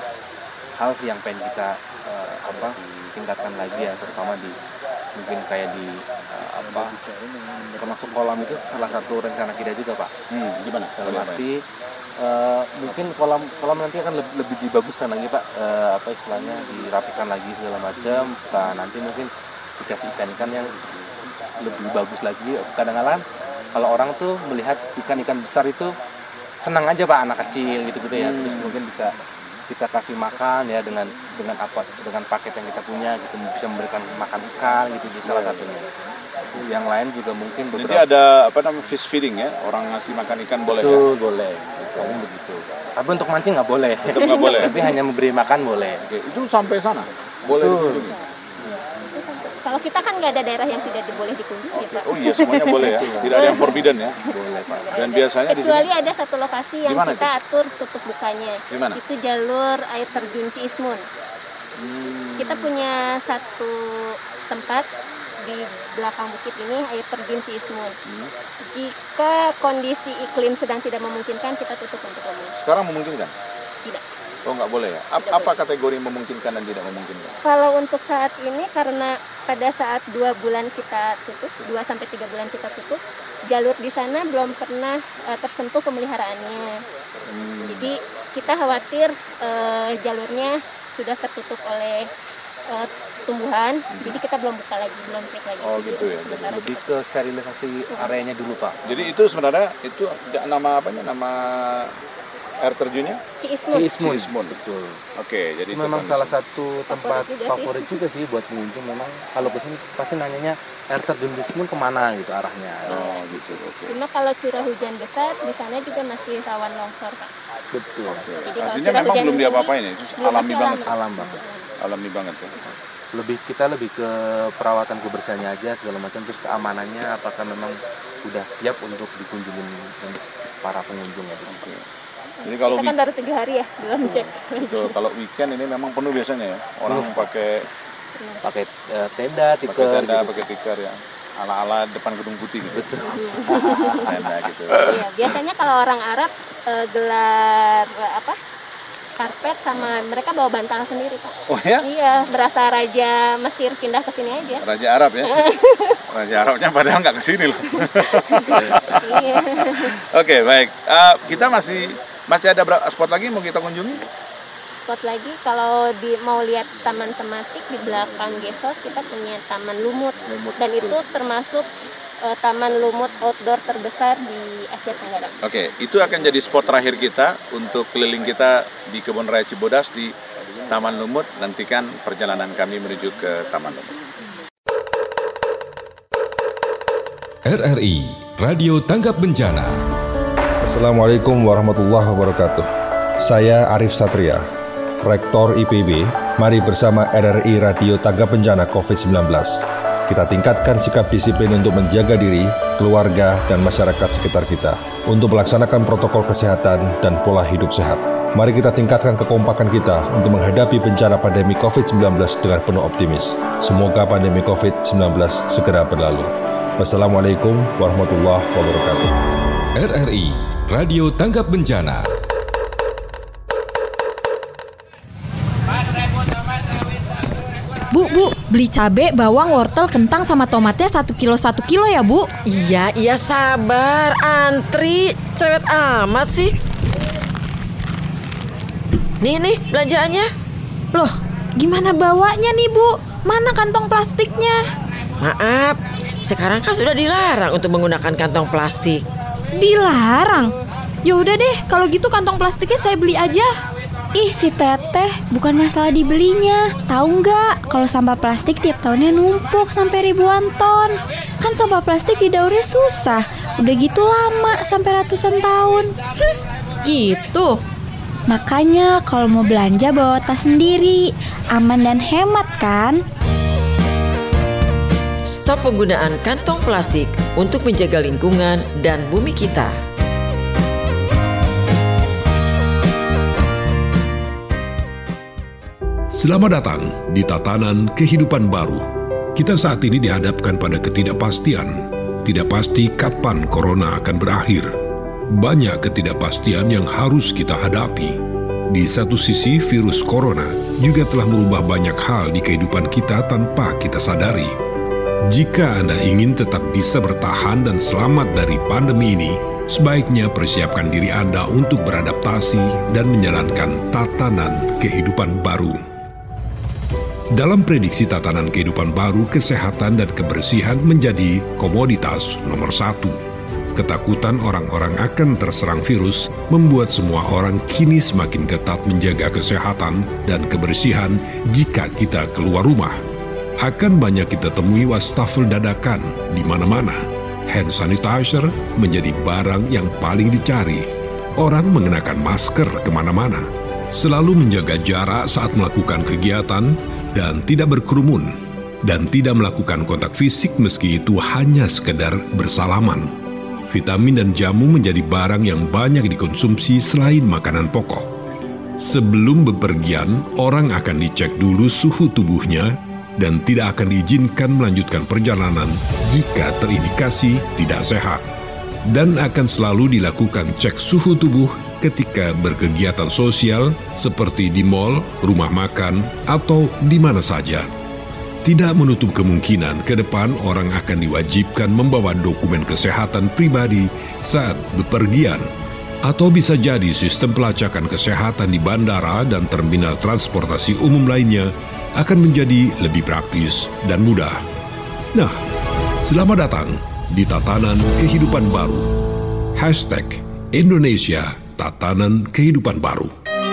hal sih yang pengen kita eh, apa tingkatkan lagi ya, terutama di mungkin kayak di eh, apa termasuk kolam itu salah satu rencana kita juga Pak. Hmm, gimana? Dalam arti eh, mungkin kolam kolam nanti akan lebih, lebih dibaguskan lagi Pak, eh, apa istilahnya dirapikan lagi segala macam. Nah, nanti mungkin dikasih ikan-ikan yang lebih bagus lagi. Kadang-kadang kalau orang tuh melihat ikan-ikan besar itu senang aja Pak, anak kecil gitu-gitu ya. Terus mungkin bisa kita kasih makan ya dengan dengan apa dengan paket yang kita punya gitu, bisa memberikan makan ikan gitu di salah satunya. Yang lain juga mungkin beberapa. Jadi ada apa namanya fish feeding ya, orang ngasih makan ikan boleh ya? Betul, boleh. Mungkin begitu. Tapi untuk mancing nggak boleh. Tetap nggak boleh. Tapi hanya memberi makan boleh. Oke, itu sampai sana boleh Betul. dikunjungi? Kalau kita kan nggak ada daerah yang tidak boleh dikunjungi, Pak. Oh iya, semuanya boleh ya, tidak ada yang forbidden ya? Boleh Pak. Dan biasanya di Kecuali sini ada satu lokasi yang Dimana kita atur tutup bukanya. Dimana? Itu jalur air terjun Ciismun. Hmm. Kita punya satu tempat di belakang bukit ini, air terjun Ciismun. Hmm. Jika kondisi iklim sedang tidak memungkinkan, kita tutup untuk umum. Sekarang memungkinkan? Tidak. Oh nggak boleh ya? Ap- Tidak apa kategori memungkinkan dan tidak memungkinkan? Kalau untuk saat ini, karena pada saat dua bulan kita tutup, dua sampai tiga bulan kita tutup, jalur di sana belum pernah uh, tersentuh pemeliharaannya. Hmm. Jadi kita khawatir uh, jalurnya sudah tertutup oleh uh, tumbuhan, jadi kita belum buka lagi, belum cek lagi. Oh gitu ya. Sementara Lebih ke sterilisasi areanya dulu Pak. Jadi itu sebenarnya itu nama apanya? Nama air terjunnya? Ciismun. Ciismun. Ciismun. Betul. Oke, jadi Itu itu memang kondisi. salah satu tempat Favorit juga sih. favorit juga sih buat pengunjung. Memang kalau ke sini pasti nanyanya air terjun Ciismun kemana gitu arahnya. Oh gitu, oke. Cuma kalau curah hujan besar, di sana juga masih rawan longsor, Pak. Betul. Jadi kalau Artinya curah memang hujan belum tinggi, diapa-apain ya? Itu belum, alami masih banget. Alam banget. Alami banget ya. Lebih kita lebih ke perawatan kebersihannya aja segala macam, terus keamanannya apakah memang sudah siap untuk dikunjungin untuk para pengunjung ya. Oke. Jadi kalau kita kan baru tujuh hari ya, belum cek. Betul, kalau weekend ini memang penuh biasanya ya. Orang pakai pakai eh, tenda, pakai tikar, tenda, gitu. pakai tikar ya. Ala-ala depan gedung putih gitu. Tenda gitu. Iya, biasanya kalau orang Arab eh, gelar eh, apa? karpet sama mereka bawa bantal sendiri, Pak. Oh ya? Iya, berasa Raja Mesir pindah ke sini aja. Raja Arab ya? Raja Arabnya padahal nggak ke sini loh. Iya. Oke, baik. Uh, kita masih masih ada berapa spot lagi mau kita kunjungi? Spot lagi, kalau di, mau lihat taman tematik di belakang Gesos, kita punya Taman Lumut. Lumut. Dan itu termasuk uh, taman lumut outdoor terbesar di Asia Tenggara. Oke, itu akan jadi spot terakhir kita untuk keliling kita di Kebun Raya Cibodas di Taman Lumut. Nantikan perjalanan kami menuju ke Taman Lumut. R R I Radio Tanggap Bencana. Assalamualaikum warahmatullahi wabarakatuh. Saya Arif Satria, Rektor I P B. Mari bersama R R I Radio Tanggap Bencana covid sembilan belas. Kita tingkatkan sikap disiplin untuk menjaga diri, keluarga, dan masyarakat sekitar kita untuk melaksanakan protokol kesehatan dan pola hidup sehat. Mari kita tingkatkan kekompakan kita untuk menghadapi bencana pandemi covid sembilan belas dengan penuh optimis. Semoga pandemi covid sembilan belas segera berlalu. Wassalamualaikum warahmatullahi wabarakatuh. R R I Radio Tanggap Bencana. Bu, bu, beli cabai, bawang, wortel, kentang, sama tomatnya satu kilo satu kilo ya, Bu? Iya, iya sabar, antri, cerewet amat sih. Nih, nih, belanjaannya. Loh, gimana bawanya nih, Bu? Mana kantong plastiknya? Maaf, sekarang kan sudah dilarang untuk menggunakan kantong plastik. Dilarang? Ya udah deh, kalau gitu kantong plastiknya saya beli aja. Ih, si Teteh, bukan masalah dibelinya. Tahu nggak, kalau sampah plastik tiap tahunnya numpuk sampai ribuan ton. Kan sampah plastik didaurnya susah. Udah gitu lama, sampai ratusan tahun. Hm, gitu. Makanya kalau mau belanja bawa tas sendiri. Aman dan hemat kan? Stop penggunaan kantong plastik untuk menjaga lingkungan dan bumi kita. Selamat datang di tatanan kehidupan baru. Kita saat ini dihadapkan pada ketidakpastian. Tidak pasti kapan corona akan berakhir. Banyak ketidakpastian yang harus kita hadapi. Di satu sisi, virus corona juga telah merubah banyak hal di kehidupan kita tanpa kita sadari. Jika Anda ingin tetap bisa bertahan dan selamat dari pandemi ini, sebaiknya persiapkan diri Anda untuk beradaptasi dan menjalankan tatanan kehidupan baru. Dalam prediksi tatanan kehidupan baru, kesehatan dan kebersihan menjadi komoditas nomor satu. Ketakutan orang-orang akan terserang virus membuat semua orang kini semakin ketat menjaga kesehatan dan kebersihan jika kita keluar rumah. Akan banyak kita temui wastafel dadakan di mana-mana. Hand sanitizer menjadi barang yang paling dicari. Orang mengenakan masker kemana-mana. Selalu menjaga jarak saat melakukan kegiatan dan tidak berkerumun, dan tidak melakukan kontak fisik meski itu hanya sekedar bersalaman. Vitamin dan jamu menjadi barang yang banyak dikonsumsi selain makanan pokok. Sebelum bepergian, orang akan dicek dulu suhu tubuhnya dan tidak akan diizinkan melanjutkan perjalanan jika terindikasi tidak sehat. Dan akan selalu dilakukan cek suhu tubuh ketika berkegiatan sosial seperti di mal, rumah makan, atau di mana saja. Tidak menutup kemungkinan ke depan orang akan diwajibkan membawa dokumen kesehatan pribadi saat bepergian. Atau bisa jadi sistem pelacakan kesehatan di bandara dan terminal transportasi umum lainnya akan menjadi lebih praktis dan mudah. Nah, selamat datang di tatanan kehidupan baru. Hashtag Indonesia Tatanan Kehidupan Baru.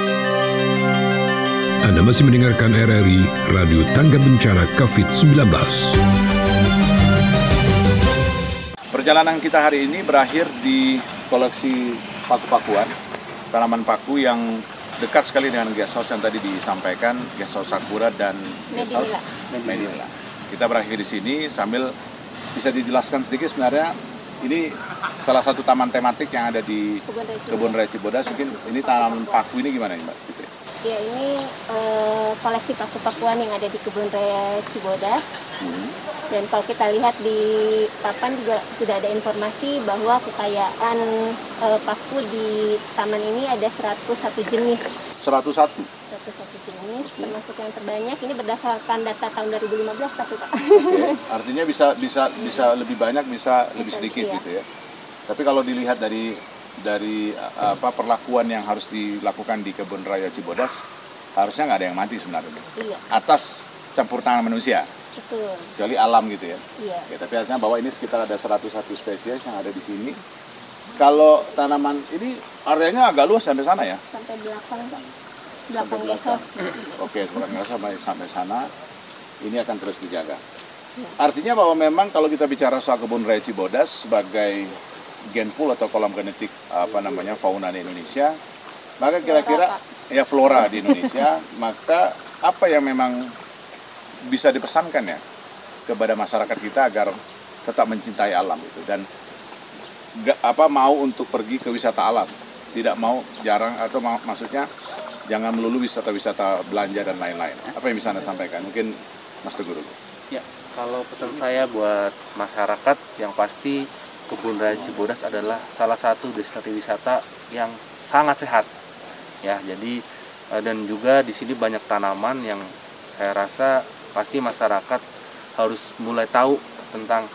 Anda masih mendengarkan R R I Radio Tanggap Bencana covid sembilan belas. Perjalanan kita hari ini berakhir di koleksi paku-pakuan, tanaman paku yang dekat sekali dengan guest house yang tadi disampaikan, guest house Sakura dan guest house Medila. Kita berakhir di sini sambil bisa dijelaskan sedikit sebenarnya ini salah satu taman tematik yang ada di Kebun Raya Cibodas. Mungkin ini tanaman paku ini gimana Mbak? Ya, ini uh, koleksi paku-pakuan yang ada di Kebun Raya Cibodas. Hmm. Dan kalau kita lihat di papan juga sudah ada informasi bahwa kekayaan uh, paku di taman ini ada seratus satu jenis. seratus satu. seratus satu jenis, termasuk yang terbanyak. Ini berdasarkan data tahun dua ribu lima belas tapi Pak. Oke, artinya bisa bisa bisa lebih banyak, bisa lebih Bisa, sedikit iya. gitu ya. Tapi kalau dilihat dari dari apa perlakuan yang harus dilakukan di Kebun Raya Cibodas, harusnya nggak ada yang mati sebenarnya. Iya. Atas campur tangan manusia. Betul. Kecuali alam gitu ya. Iya. Ya, tapi artinya bahwa ini sekitar ada seratus satu spesies yang ada di sini. Kalau tanaman ini areanya agak luas sampai sana ya? Sampai belakang Pak. Sampai Belakang belakang. desa. Oke, kurang nggak sampai sampai sana. Ini akan terus dijaga. Artinya bahwa memang kalau kita bicara soal Kebun Raya Cibodas sebagai genpool atau kolam genetik apa namanya fauna di Indonesia, maka kira-kira ya flora di Indonesia, maka apa yang memang bisa dipesankan ya kepada masyarakat kita agar tetap mencintai alam itu dan gak, apa mau untuk pergi ke wisata alam, tidak mau jarang atau mau, maksudnya jangan melulu wisata-wisata belanja dan lain-lain. Apa yang bisa Anda sampaikan? Mungkin Mas Teguh dulu. Ya, kalau pesan saya buat masyarakat yang pasti Kebun Raya Cibodas adalah salah satu destinasi wisata yang sangat sehat. Ya, jadi dan juga di sini banyak tanaman yang saya rasa pasti masyarakat harus mulai tahu tentang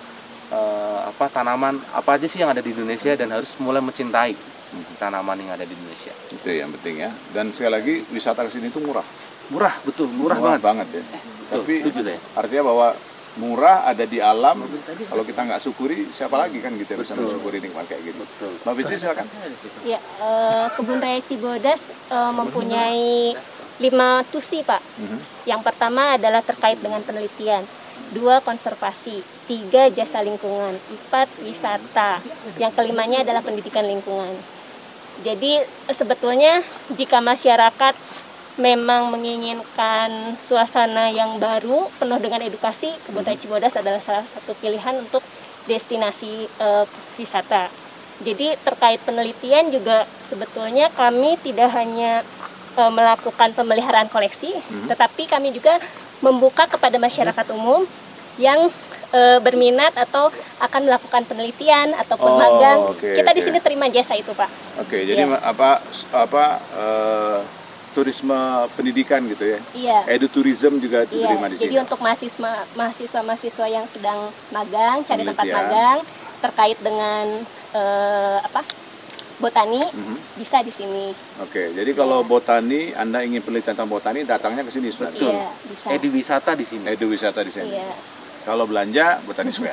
uh, apa tanaman apa aja sih yang ada di Indonesia dan harus mulai mencintai tanaman yang ada di Indonesia. Itu yang penting ya. Dan sekali lagi wisata ke sini itu murah. Murah, betul, murah, murah banget. banget ya. Betul, Tapi setuju deh. artinya bahwa murah ada di alam, kalau kita nggak syukuri, siapa lagi kan gitu ya bisa Betul. mensyukuri nikmat kayak gitu. Betul. Mbak Fitri silakan. Ya, eh, Kebun Raya Cibodas eh, mempunyai lima tusi Pak. Mhm. Yang pertama adalah terkait dengan penelitian, dua konservasi, tiga jasa lingkungan, empat wisata, yang kelimanya adalah pendidikan lingkungan. Jadi eh, sebetulnya jika masyarakat memang menginginkan suasana yang baru penuh dengan edukasi, Kebun Raya Cibodas adalah salah satu pilihan untuk destinasi eh, wisata. Jadi terkait penelitian juga sebetulnya kami tidak hanya eh, melakukan pemeliharaan koleksi, Mhm. tetapi kami juga membuka kepada masyarakat umum yang eh, berminat atau akan melakukan penelitian ataupun Oh, magang. oke, Kita di oke. sini terima jasa itu, Pak. Oke, jadi Iya. ma- apa apa eh, turisme pendidikan gitu ya? Iya. Edutourism juga diterima Iya, di jadi sini. untuk mahasiswa mahasiswa-mahasiswa yang sedang magang, cari tempat Penelitian. magang terkait dengan eh, apa botani, Mhm. bisa di sini. Oke, jadi kalau botani, Anda ingin penelitian tentang botani, datangnya ke sini sebenarnya. Iya, bisa. Edu wisata di sini. Edu wisata di sini. Iya. Kalau belanja, Botani Square.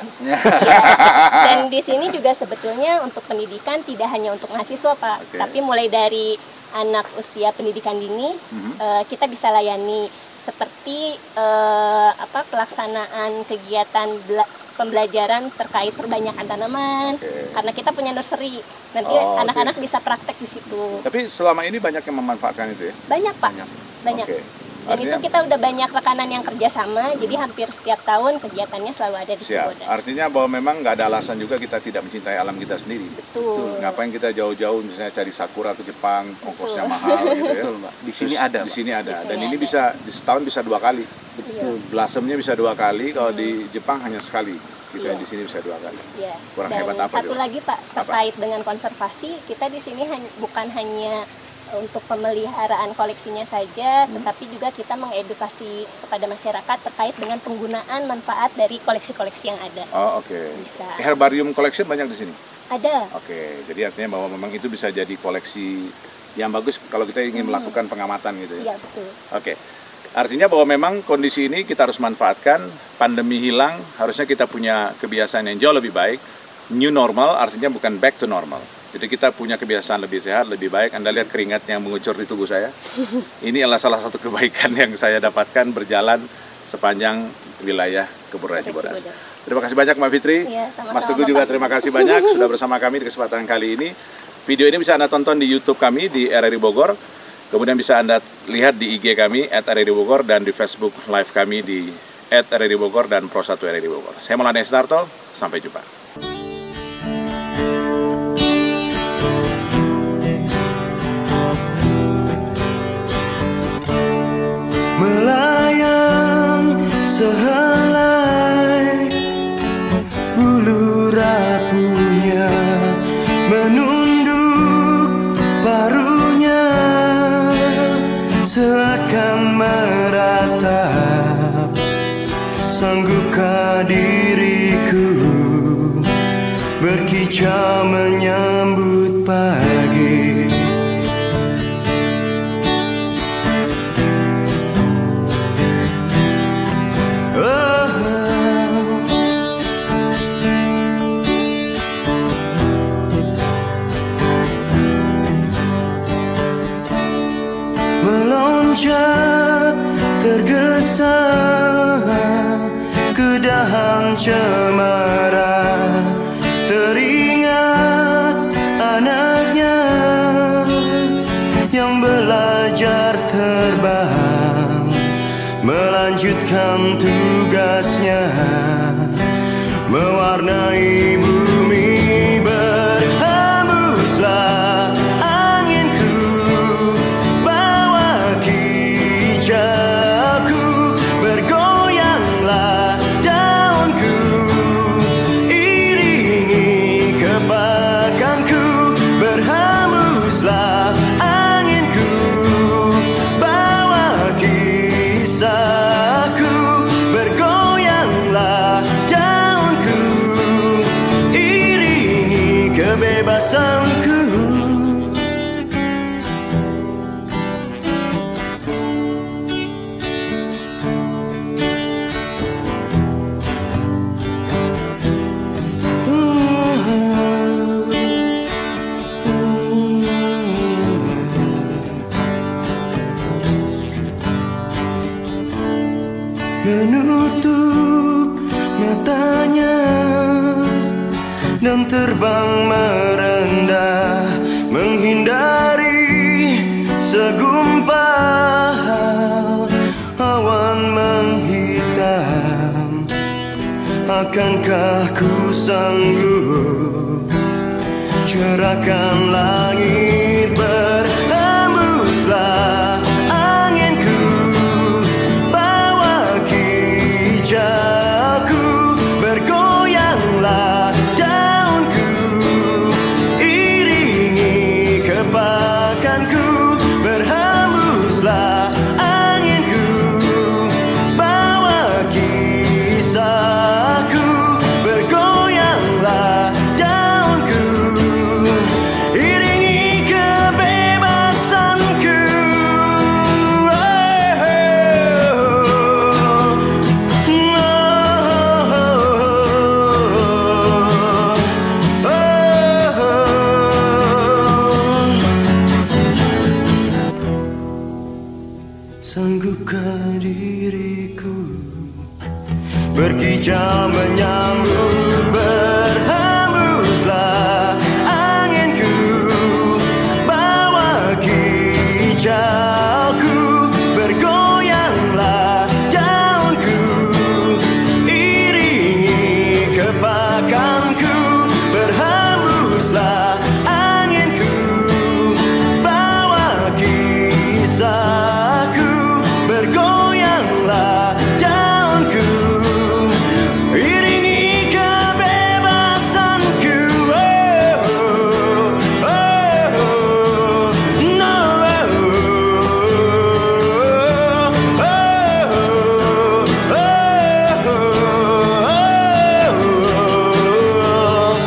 Dan di sini juga sebetulnya untuk pendidikan tidak hanya untuk mahasiswa, Pak, Oke. tapi mulai dari anak usia pendidikan dini Mhm. eh, kita bisa layani seperti eh, apa pelaksanaan kegiatan bela- pembelajaran terkait perbanyakan tanaman, Oke. karena kita punya nursery. Nanti Oh, oke. anak-anak bisa praktek di situ. Tapi selama ini banyak yang memanfaatkan itu ya? Banyak, Pak. Banyak. Oke. Dan itu Artinya- kita udah banyak rekanan yang kerjasama, jadi hampir setiap tahun kegiatannya selalu ada di Siap. Cibodas. Artinya bahwa memang nggak ada alasan juga kita tidak mencintai alam kita sendiri. Betul. Ngapain kita jauh-jauh misalnya cari sakura ke Jepang, ongkosnya mahal gitu ya. Betul, Mbak. Di sini ada, Di Pak. sini ada. Di Dan sini ini ada. bisa di setahun bisa dua kali. Betul. Blossomnya bisa dua kali, kalau di Jepang hanya sekali. Gitu ya, Iya. di sini bisa dua kali. Ya. Kurang Dan hebat apa satu juga? lagi Pak, terkait dengan konservasi, kita di sini hany- bukan hanya untuk pemeliharaan koleksinya saja, Hmm. tetapi juga kita mengedukasi kepada masyarakat terkait dengan penggunaan manfaat dari koleksi-koleksi yang ada. Oh, oke. Bisa. Herbarium collection banyak di sini. Ada. Oke, jadi artinya bahwa memang itu bisa jadi koleksi yang bagus kalau kita ingin Hmm. melakukan pengamatan gitu ya. Iya, betul. Oke. Artinya bahwa memang kondisi ini kita harus manfaatkan, pandemi hilang, harusnya kita punya kebiasaan yang jauh lebih baik. New normal artinya bukan back to normal. Jadi kita punya kebiasaan lebih sehat, lebih baik. Anda lihat keringat yang mengucur di tubuh saya. Ini adalah salah satu kebaikan yang saya dapatkan berjalan sepanjang wilayah Kebun Raya Cibodas. Terima kasih banyak Mbak Fitri. Iya, sama-sama, Mas Teguh juga Bapak. terima kasih banyak sudah bersama kami di kesempatan kali ini. Video ini bisa Anda tonton di YouTube kami di R R I Bogor. Kemudian bisa Anda lihat di I G kami at R R I Bogor dan di Facebook live kami di at R R I Bogor dan Pro satu R R I Bogor. Saya Maulana Esnarto, sampai jumpa. Melayang sehelai bulu rapuhnya, menunduk paruhnya akan meratap. Sanggupkah diriku berkicau menyambut pagi? Oh, meloncat tergesa ke dahan cemara, teringat anaknya yang belajar terbang, melanjutkan tugasnya mewarnai bumi. Berhembuslah anginku, bawa kicauku, bergoyanglah daunku, iringi kepakanku. Berhembuslah anginku, bawa kisahku, bergoyanglah daunku, iringi kebebasanku. Menutup matanya dan terbang merendah, menghindari segumpal awan menghitam. Akankah ku sanggup cerahkan langit? Berhembuslah anginku, bawa kicauku, bergoyanglah daunku, iringi kepakanku. Berhembuslah anginku, bawa kisahku, bergoyanglah daunku, iringi kebebasanku. Sanggupkah diriku berkicau menyambut? Berhembuslah anginku, bawa kicauku, bergoyanglah daunku, iringi kepakanku. Berhembuslah anginku, bawa kisahku, bergoyanglah daunku, iringi kebebasanku. Oh, oh, oh, no. Oh, oh, oh, oh.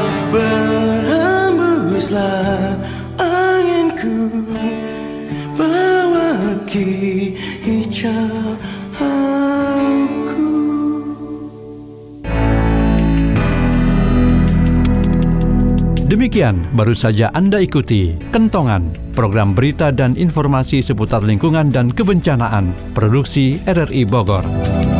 Berhembuslah anginku, bawa kicauku. Demikian baru saja Anda ikuti Kentongan, program berita dan informasi seputar lingkungan dan kebencanaan, produksi R R I Bogor.